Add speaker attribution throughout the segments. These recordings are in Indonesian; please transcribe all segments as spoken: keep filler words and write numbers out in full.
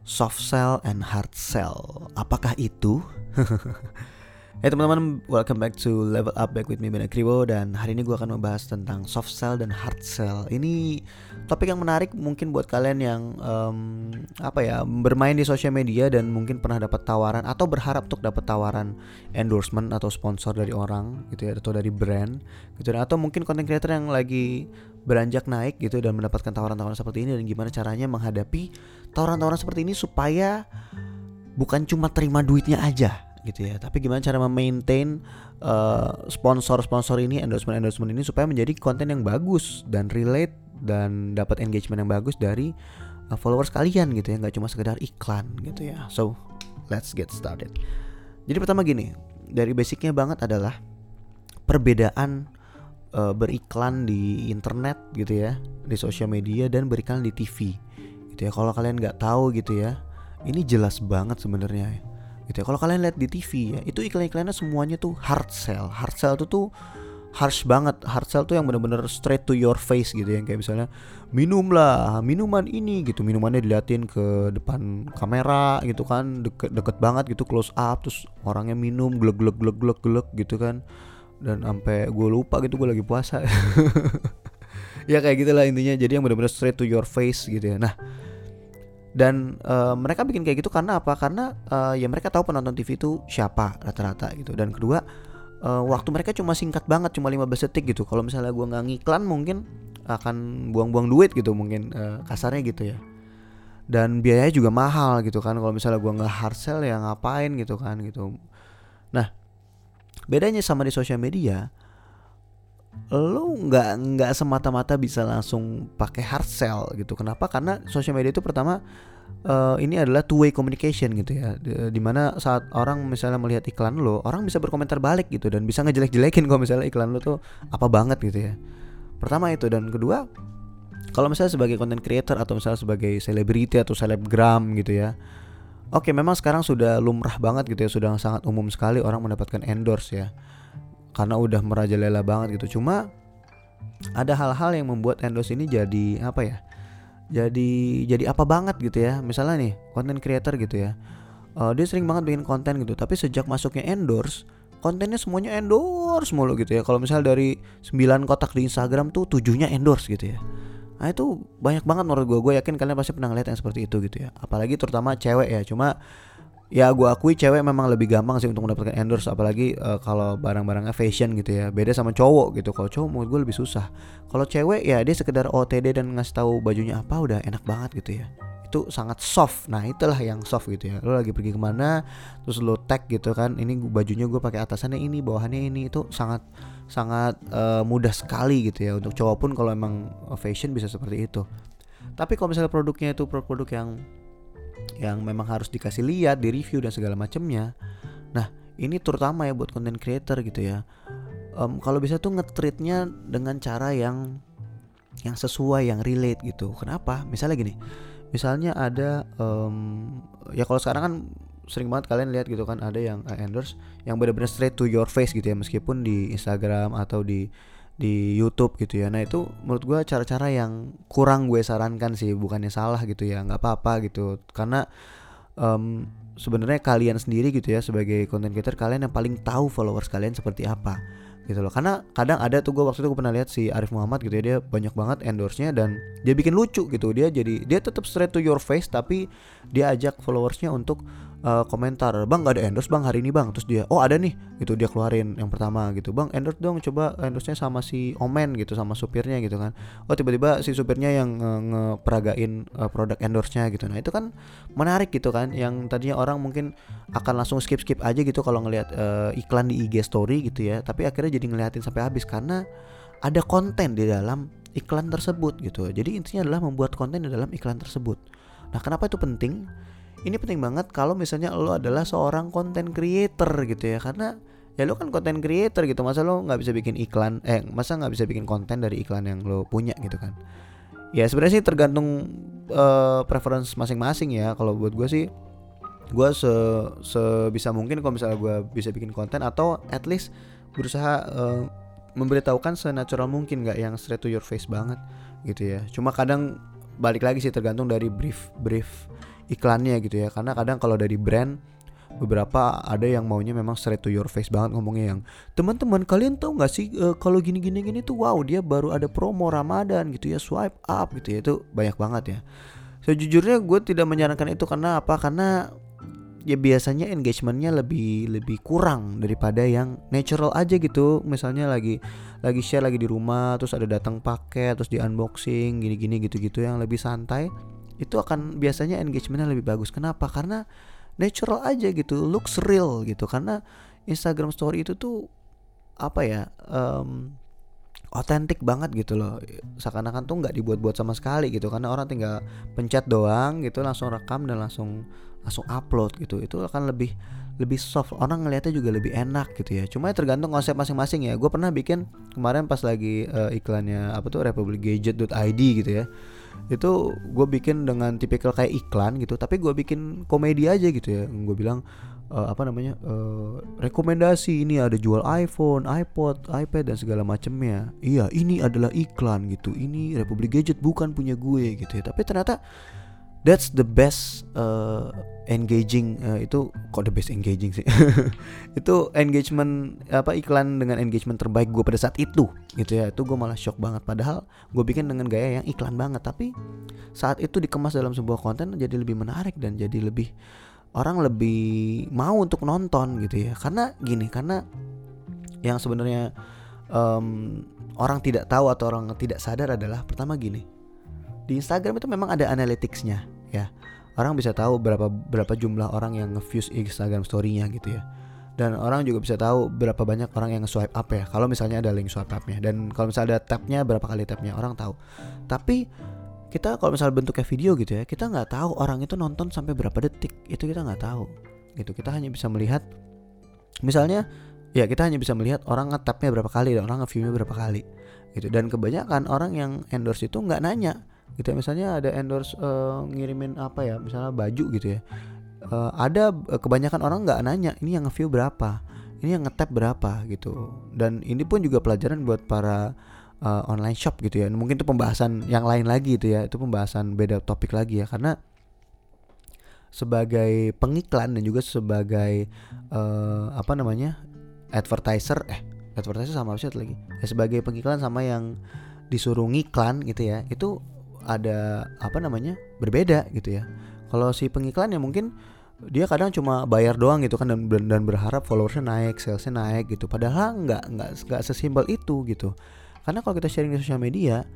Speaker 1: soft sell and hard sell. Apakah itu? Hey teman-teman, welcome back to Level Up Back with me Ben Akribo. Dan hari ini gue akan membahas tentang soft sell dan hard sell. Ini topik yang menarik mungkin buat kalian yang um, apa ya bermain di sosial media dan mungkin pernah dapat tawaran atau berharap untuk dapat tawaran endorsement atau sponsor dari orang gitu ya, atau dari brand gitu, atau mungkin content creator yang lagi beranjak naik gitu dan mendapatkan tawaran-tawaran seperti ini, dan gimana caranya menghadapi tawaran-tawaran seperti ini supaya bukan cuma terima duitnya aja gitu ya, tapi gimana cara memaintain uh, sponsor-sponsor ini, endorsement-endorsement ini supaya menjadi konten yang bagus dan relate dan dapat engagement yang bagus dari uh, followers kalian gitu ya, nggak cuma sekedar iklan gitu ya. So let's get started. Jadi pertama gini, dari basicnya banget adalah perbedaan uh, beriklan di internet gitu ya, di sosial media, dan beriklan di T V gitu ya. Kalau kalian nggak tahu gitu ya, ini jelas banget sebenarnya ya. Gitu ya. Kalau kalian lihat di T V ya, itu iklan-iklannya semuanya tuh hard sell. Hard sell itu tuh harsh banget. Hard sell tuh yang benar-benar straight to your face gitu ya. Kayak misalnya minumlah minuman ini gitu. Minumannya diliatin ke depan kamera gitu kan, deket, deket banget gitu, close up, terus orangnya minum glek glek glek glek glek gitu kan. Dan sampai gue lupa gitu gue lagi puasa. Ya kayak gitulah intinya. Jadi yang benar-benar straight to your face gitu ya. Nah, dan uh, mereka bikin kayak gitu karena apa? Karena uh, ya mereka tahu penonton T V itu siapa rata-rata gitu. Dan kedua, uh, waktu mereka cuma singkat banget, cuma lima belas detik gitu. Kalau misalnya gue nggak ngiklan mungkin akan buang-buang duit gitu mungkin, uh, kasarnya gitu ya. Dan biayanya juga mahal gitu kan. Kalau misalnya gue nggak hard sell ya ngapain gitu kan gitu. Nah, bedanya sama di sosial media, lo nggak nggak semata-mata bisa langsung pakai hard sell gitu. Kenapa? Karena sosial media itu pertama uh, ini adalah two way communication gitu ya, dimana saat orang misalnya melihat iklan lo, orang bisa berkomentar balik gitu dan bisa ngejelek-jelekin kalau misalnya iklan lo tuh apa banget gitu ya. Pertama itu. Dan kedua, kalau misalnya sebagai content creator atau misalnya sebagai selebriti atau selebgram gitu ya, oke, memang sekarang sudah lumrah banget gitu ya, sudah sangat umum sekali orang mendapatkan endorse ya, karena udah merajalela banget gitu. Cuma ada hal-hal yang membuat endorse ini jadi apa ya? Jadi jadi apa banget gitu ya. Misalnya nih, content creator gitu ya. Uh, dia sering banget bikin konten gitu, tapi sejak masuknya endorse, kontennya semuanya endorse mulu gitu ya. Kalau misalnya dari sembilan kotak di Instagram tuh tujuh-nya endorse gitu ya. Nah, itu banyak banget menurut gue. Gue yakin kalian pasti pernah ngeliat yang seperti itu gitu ya. Apalagi terutama cewek ya. Cuma ya gue akui cewek memang lebih gampang sih untuk mendapatkan endorse, apalagi uh, kalau barang-barangnya fashion gitu ya. Beda sama cowok gitu. Kalau cowok menurut gue lebih susah. Kalau cewek ya dia sekedar O T D dan ngasih tahu bajunya apa udah enak banget gitu ya. Itu sangat soft. Nah, itulah yang soft gitu ya. Lo lagi pergi kemana, terus lo tag gitu kan, ini bajunya gue pakai atasannya ini, bawahannya ini. Itu sangat sangat uh, mudah sekali gitu ya. Untuk cowok pun kalau emang fashion bisa seperti itu. Tapi kalau misalnya produknya itu produk yang yang memang harus dikasih lihat, di review dan segala macamnya. Nah, ini terutama ya buat content creator gitu ya. Um, kalau bisa tuh nge-treatnya dengan cara yang yang sesuai, yang relate gitu. Kenapa? Misalnya gini. Misalnya ada um, ya kalau sekarang kan sering banget kalian lihat gitu kan, ada yang uh, endorse yang benar-benar straight to your face gitu ya, meskipun di Instagram atau di di YouTube gitu ya. Nah, itu menurut gue cara-cara yang kurang gue sarankan sih, bukannya salah gitu ya, nggak apa-apa gitu, karena um, sebenarnya kalian sendiri gitu ya sebagai content creator, kalian yang paling tahu followers kalian seperti apa gitu loh. Karena kadang ada tuh, gue waktu itu gue pernah lihat si Arif Muhammad gitu ya, dia banyak banget endorse-nya dan dia bikin lucu gitu. Dia jadi dia tetap straight to your face, tapi dia ajak followersnya untuk uh, komentar, bang nggak ada endorse bang hari ini bang. Terus dia, oh ada nih gitu, dia keluarin yang pertama gitu, bang endorse dong, coba endorse-nya sama si Omen gitu, sama supirnya gitu kan. Oh tiba-tiba si supirnya yang uh, ngeperagain uh, produk endorse-nya gitu. Nah, itu kan menarik gitu kan, yang tadinya orang mungkin akan langsung skip-skip aja gitu kalau ngelihat uh, iklan di I G story gitu ya, tapi akhirnya jadi ngeliatin sampai habis karena ada konten di dalam iklan tersebut gitu. Jadi intinya adalah membuat konten di dalam iklan tersebut. Nah, kenapa itu penting? Ini penting banget kalau misalnya lo adalah seorang content creator gitu ya, karena ya lo kan content creator gitu, masa lo nggak bisa bikin iklan, eh masa nggak bisa bikin konten dari iklan yang lo punya gitu kan? Ya sebenarnya sih tergantung uh, preference masing-masing ya. Kalau buat gue sih, gue se sebisa mungkin kalau misalnya gue bisa bikin konten atau at least berusaha uh, memberitahukan senatural mungkin, nggak yang straight to your face banget gitu ya. Cuma kadang balik lagi sih tergantung dari brief brief iklannya gitu ya. Karena kadang kalau dari brand, beberapa ada yang maunya memang straight to your face banget ngomongnya, yang teman-teman kalian tahu nggak sih uh, kalau gini gini gini tuh wow dia baru ada promo Ramadan gitu ya, swipe up gitu ya. Itu banyak banget ya. Sejujurnya gue tidak menyarankan itu. Karena apa? Karena ya biasanya engagementnya lebih lebih kurang daripada yang natural aja gitu. Misalnya lagi lagi share lagi di rumah, terus ada datang paket, terus di unboxing gini-gini gitu-gitu yang lebih santai, itu akan biasanya engagementnya lebih bagus. Kenapa? Karena natural aja gitu, looks real gitu. Karena Instagram Story itu tuh apa ya, um, otentik banget gitu loh. Seakan-akan tuh nggak dibuat-buat sama sekali gitu. Karena orang tinggal pencet doang gitu, langsung rekam dan langsung langsung upload gitu. Itu akan lebih lebih soft, orang ngelihatnya juga lebih enak gitu ya. Cuma ya tergantung konsep masing-masing ya. Gue pernah bikin kemarin pas lagi uh, iklannya apa tuh republic gadget dot i d gitu ya. Itu gue bikin dengan tipikal kayak iklan gitu, tapi gue bikin komedi aja gitu ya. Gue bilang uh, apa namanya uh, rekomendasi ini ada jual iPhone, iPod, iPad dan segala macemnya. Iya ini adalah iklan gitu. Ini Republic Gadget bukan punya gue gitu ya. Tapi ternyata that's the best uh, engaging uh, itu kok the best engaging sih itu engagement apa iklan dengan engagement terbaik gue pada saat itu gitu ya. Itu gue malah shock banget, padahal gue bikin dengan gaya yang iklan banget, tapi saat itu dikemas dalam sebuah konten jadi lebih menarik dan jadi lebih orang lebih mau untuk nonton gitu ya. Karena gini, karena yang sebenarnya um, orang tidak tahu atau orang tidak sadar adalah pertama gini, di Instagram itu memang ada analytics-nya ya. Orang bisa tahu berapa berapa jumlah orang yang nge-views Instagram story-nya gitu ya. Dan orang juga bisa tahu berapa banyak orang yang nge-swipe up ya. Kalau misalnya ada link swipe up-nya, dan kalau misalnya ada tab-nya berapa kali tab-nya, orang tahu. Tapi kita kalau misalnya bentuknya video gitu ya, kita nggak tahu orang itu nonton sampai berapa detik. Itu kita nggak tahu. Gitu. Kita hanya bisa melihat misalnya ya kita hanya bisa melihat orang nge-tab-nya berapa kali dan orang nge-view-nya berapa kali. Gitu. Dan kebanyakan orang yang endorse itu nggak nanya. Gitu ya, misalnya ada endorse uh, ngirimin apa ya, misalnya baju gitu ya, uh, ada uh, kebanyakan orang nggak nanya ini yang nge-view berapa, ini yang nge-tap berapa gitu. Dan ini pun juga pelajaran buat para uh, online shop gitu ya. Mungkin itu pembahasan yang lain lagi gitu ya, itu pembahasan beda topik lagi ya. Karena sebagai pengiklan dan juga sebagai uh, apa namanya advertiser eh advertiser sama apa sih lagi ya, sebagai pengiklan sama yang disuruh ngiklan gitu ya, itu ada apa namanya berbeda gitu ya. Kalau si pengiklan ya mungkin dia kadang cuma bayar doang gitu kan, dan, dan berharap followersnya naik, salesnya naik gitu. Padahal nggak nggak nggak sesimpel itu gitu. Karena kalau kita sharing di sosial media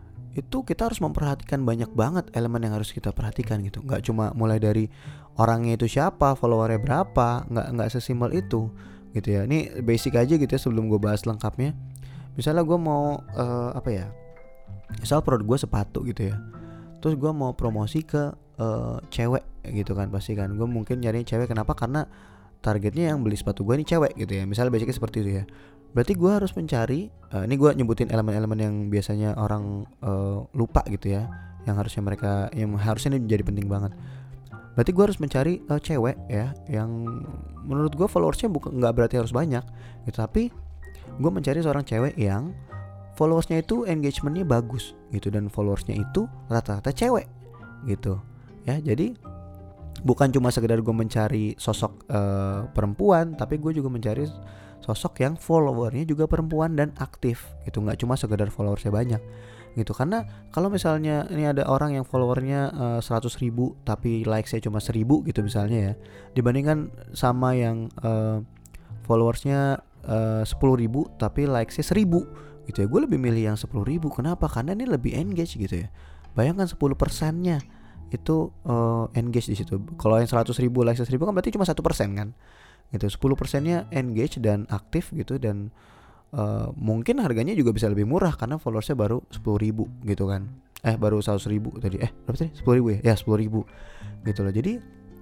Speaker 1: itu kita harus memperhatikan banyak banget elemen yang harus kita perhatikan gitu. Nggak cuma mulai dari orangnya itu siapa, followernya berapa, nggak nggak sesimpel itu gitu ya. Ini basic aja gitu ya sebelum gue bahas lengkapnya. Misalnya gue mau uh, apa ya, misal produk gue sepatu gitu ya, terus gue mau promosi ke uh, cewek gitu kan, pasti kan gue mungkin nyari cewek. Kenapa? Karena targetnya yang beli sepatu gue ini cewek gitu ya, misalnya basicnya seperti itu ya. Berarti gue harus mencari uh, ini gue nyebutin elemen-elemen yang biasanya orang uh, lupa gitu ya, yang harusnya mereka, yang harusnya ini menjadi penting banget. Berarti gue harus mencari uh, cewek ya, yang menurut gue followersnya bukan nggak berarti harus banyak gitu, tapi gue mencari seorang cewek yang followersnya itu engagementnya bagus gitu, dan followersnya itu rata-rata cewek gitu ya. Jadi bukan cuma sekedar gue mencari sosok uh, perempuan, tapi gue juga mencari sosok yang followernya juga perempuan dan aktif gitu, nggak cuma sekedar followersnya banyak gitu. Karena kalau misalnya ini ada orang yang followernya uh, seratus ribu tapi likesnya cuma seribu gitu misalnya ya, dibandingkan sama yang uh, followersnya uh, sepuluh ribu tapi likesnya seribu gitu ya, gue lebih milih yang sepuluh ribu. Kenapa? Karena ini lebih engage gitu ya. Bayangkan sepuluh persennya itu uh, engage di situ. Kalau yang seratus ribu likes seribu kan berarti cuma satu persen kan gitu. sepuluh persennya engage dan aktif gitu, dan uh, mungkin harganya juga bisa lebih murah karena followersnya baru sepuluh ribu gitu kan. Eh baru seratus ribu tadi. Eh berapa tadi? sepuluh ribu ya? Ya sepuluh ribu gitu loh. Jadi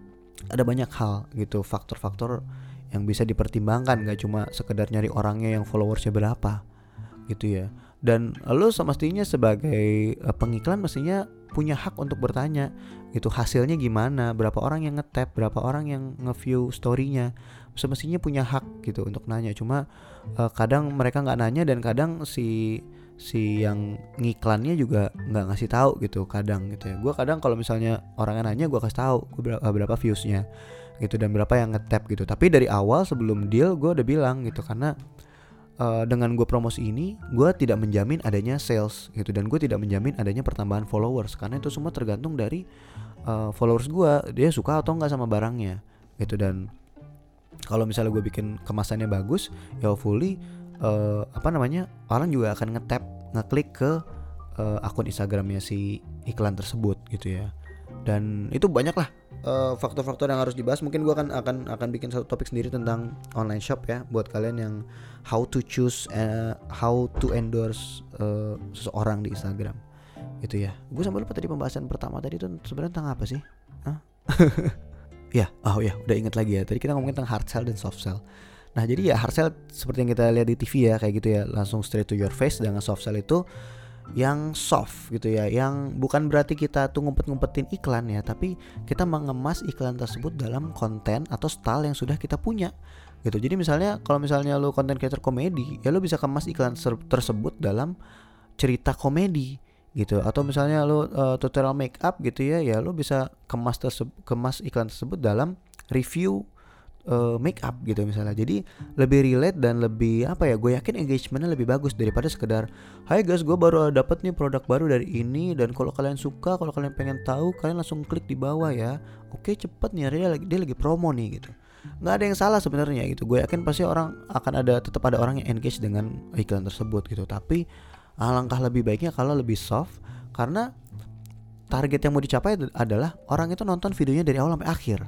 Speaker 1: ada banyak hal gitu, faktor-faktor yang bisa dipertimbangkan, gak cuma sekedar nyari orangnya yang followersnya berapa gitu ya. Dan lo semestinya sebagai uh, pengiklan mestinya punya hak untuk bertanya gitu, hasilnya gimana, berapa orang yang nge-tap, berapa orang yang nge-view story-nya. Semestinya punya hak gitu untuk nanya. Cuma uh, kadang mereka gak nanya, dan kadang si si yang ngiklannya juga nggak ngasih tahu gitu kadang gitu ya. Gue kadang kalau misalnya orangnya nanya gue kasih tahu gue berapa, berapa viewsnya gitu dan berapa yang nge-tap gitu. Tapi dari awal sebelum deal gue udah bilang gitu, karena uh, dengan gue promosi ini gue tidak menjamin adanya sales gitu, dan gue tidak menjamin adanya pertambahan followers, karena itu semua tergantung dari uh, followers gue, dia suka atau nggak sama barangnya gitu. Dan kalau misalnya gue bikin kemasannya bagus ya hopefully Uh, apa namanya orang juga akan nge-tap, ngeklik ke uh, akun Instagramnya si iklan tersebut gitu ya. Dan itu banyak lah uh, faktor-faktor yang harus dibahas. Mungkin gue akan akan akan bikin satu topik sendiri tentang online shop ya, buat kalian yang how to choose uh, how to endorse uh, seseorang di Instagram gitu ya. Gue sampai lupa tadi pembahasan pertama tadi itu sebenarnya tentang apa sih? Hah? Ya, oh ya, udah ingat lagi ya. Tadi kita ngomongin tentang hard sell dan soft sell. Nah jadi ya hard sell seperti yang kita lihat di T V ya, kayak gitu ya, langsung straight to your face. Dengan soft sell itu yang soft gitu ya, yang bukan berarti kita tuh ngumpet-ngumpetin iklan ya, tapi kita mengemas iklan tersebut dalam konten atau style yang sudah kita punya gitu. Jadi misalnya kalau misalnya lu content creator komedi, ya lu bisa kemas iklan tersebut dalam cerita komedi gitu. Atau misalnya lu uh, tutorial make up gitu ya, ya lu bisa kemas tersebut, kemas iklan tersebut dalam review Uh, make up gitu misalnya. Jadi lebih relate dan lebih apa ya, gue yakin engagementnya lebih bagus daripada sekedar hai guys gue baru dapet nih produk baru dari ini, dan kalau kalian suka, kalau kalian pengen tahu, kalian langsung klik di bawah ya. Oke cepet nih, dia lagi dia lagi promo nih gitu. Nggak ada yang salah sebenarnya gitu. Gue yakin pasti orang akan ada, tetap ada orang yang engage dengan iklan tersebut gitu. Tapi alangkah lebih baiknya kalau lebih soft, karena target yang mau dicapai adalah orang itu nonton videonya dari awal sampai akhir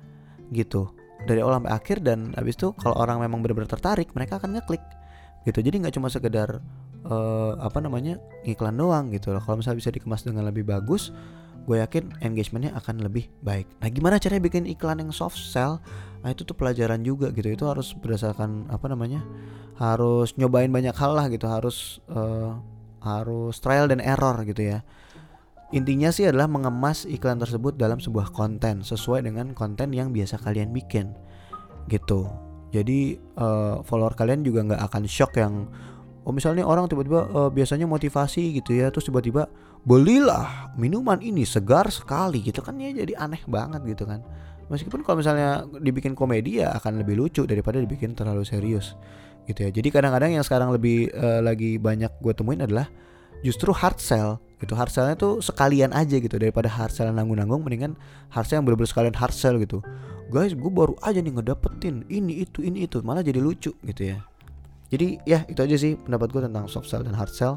Speaker 1: gitu, dari awal sampai akhir. Dan habis itu kalau orang memang benar-benar tertarik, mereka akan ngeklik gitu. Jadi nggak cuma sekedar uh, apa namanya iklan doang gitu loh. Kalau misalnya bisa dikemas dengan lebih bagus, gue yakin engagementnya akan lebih baik. Nah gimana caranya bikin iklan yang soft sell? Nah itu tuh pelajaran juga gitu. Itu harus berdasarkan apa namanya, harus nyobain banyak hal lah gitu. Harus uh, harus trial dan error gitu ya. Intinya sih adalah mengemas iklan tersebut dalam sebuah konten sesuai dengan konten yang biasa kalian bikin gitu. Jadi uh, follower kalian juga nggak akan shock yang oh misalnya orang tiba-tiba uh, biasanya motivasi gitu ya, terus tiba-tiba belilah minuman ini segar sekali gitu kan, ya jadi aneh banget gitu kan. Meskipun kalau misalnya dibikin komedi ya akan lebih lucu daripada dibikin terlalu serius gitu ya. Jadi kadang-kadang yang sekarang lebih uh, lagi banyak gue temuin adalah justru hard sell gitu. Hard sellnya tuh sekalian aja gitu, daripada hard sell nanggung-nanggung, mendingan hard sell yang bener-bener sekalian hard sell gitu. Guys gue baru aja nih ngedapetin ini itu ini itu, malah jadi lucu gitu ya. Jadi ya itu aja sih pendapat gue tentang soft sell dan hard sell.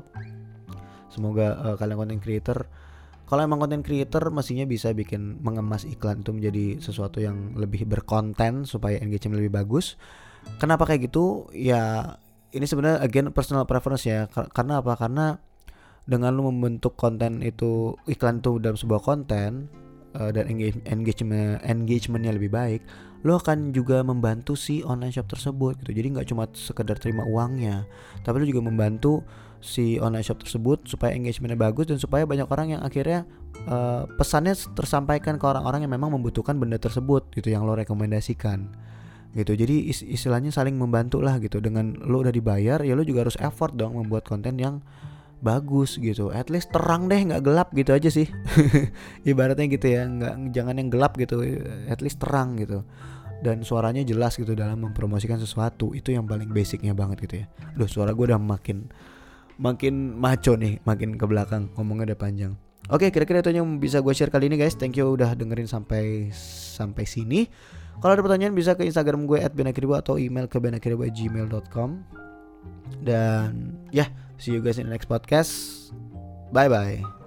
Speaker 1: Semoga uh, kalian content creator, kalau emang content creator mestinya bisa bikin mengemas iklan itu menjadi sesuatu yang lebih berkonten supaya engagement lebih bagus. Kenapa kayak gitu? Ya ini sebenarnya again personal preference ya. Karena apa? Karena dengan lu membentuk konten itu, iklan itu dalam sebuah konten uh, dan engage, engagement engagementnya lebih baik, lu akan juga membantu si online shop tersebut gitu. Jadi nggak cuma sekedar terima uangnya, tapi lu juga membantu si online shop tersebut supaya engagementnya bagus dan supaya banyak orang yang akhirnya uh, pesannya tersampaikan ke orang-orang yang memang membutuhkan benda tersebut gitu, yang lo rekomendasikan gitu. Jadi istilahnya saling membantu lah gitu. Dengan lo udah dibayar ya lo juga harus effort dong membuat konten yang bagus gitu, at least terang deh, nggak gelap gitu aja sih. Ibaratnya gitu ya, nggak, jangan yang gelap gitu, at least terang gitu, dan suaranya jelas gitu dalam mempromosikan sesuatu. Itu yang paling basicnya banget gitu ya. Duh suara gue udah makin makin maco nih, makin ke belakang, ngomongnya udah panjang. Oke, kira-kira itu yang bisa gue share kali ini guys. Thank you udah dengerin sampai sampai sini. Kalau ada pertanyaan bisa ke Instagram gue at benakiribo atau email ke benakiribo at gmail dot com. Dan ya, yeah, see you guys in the next podcast. Bye bye.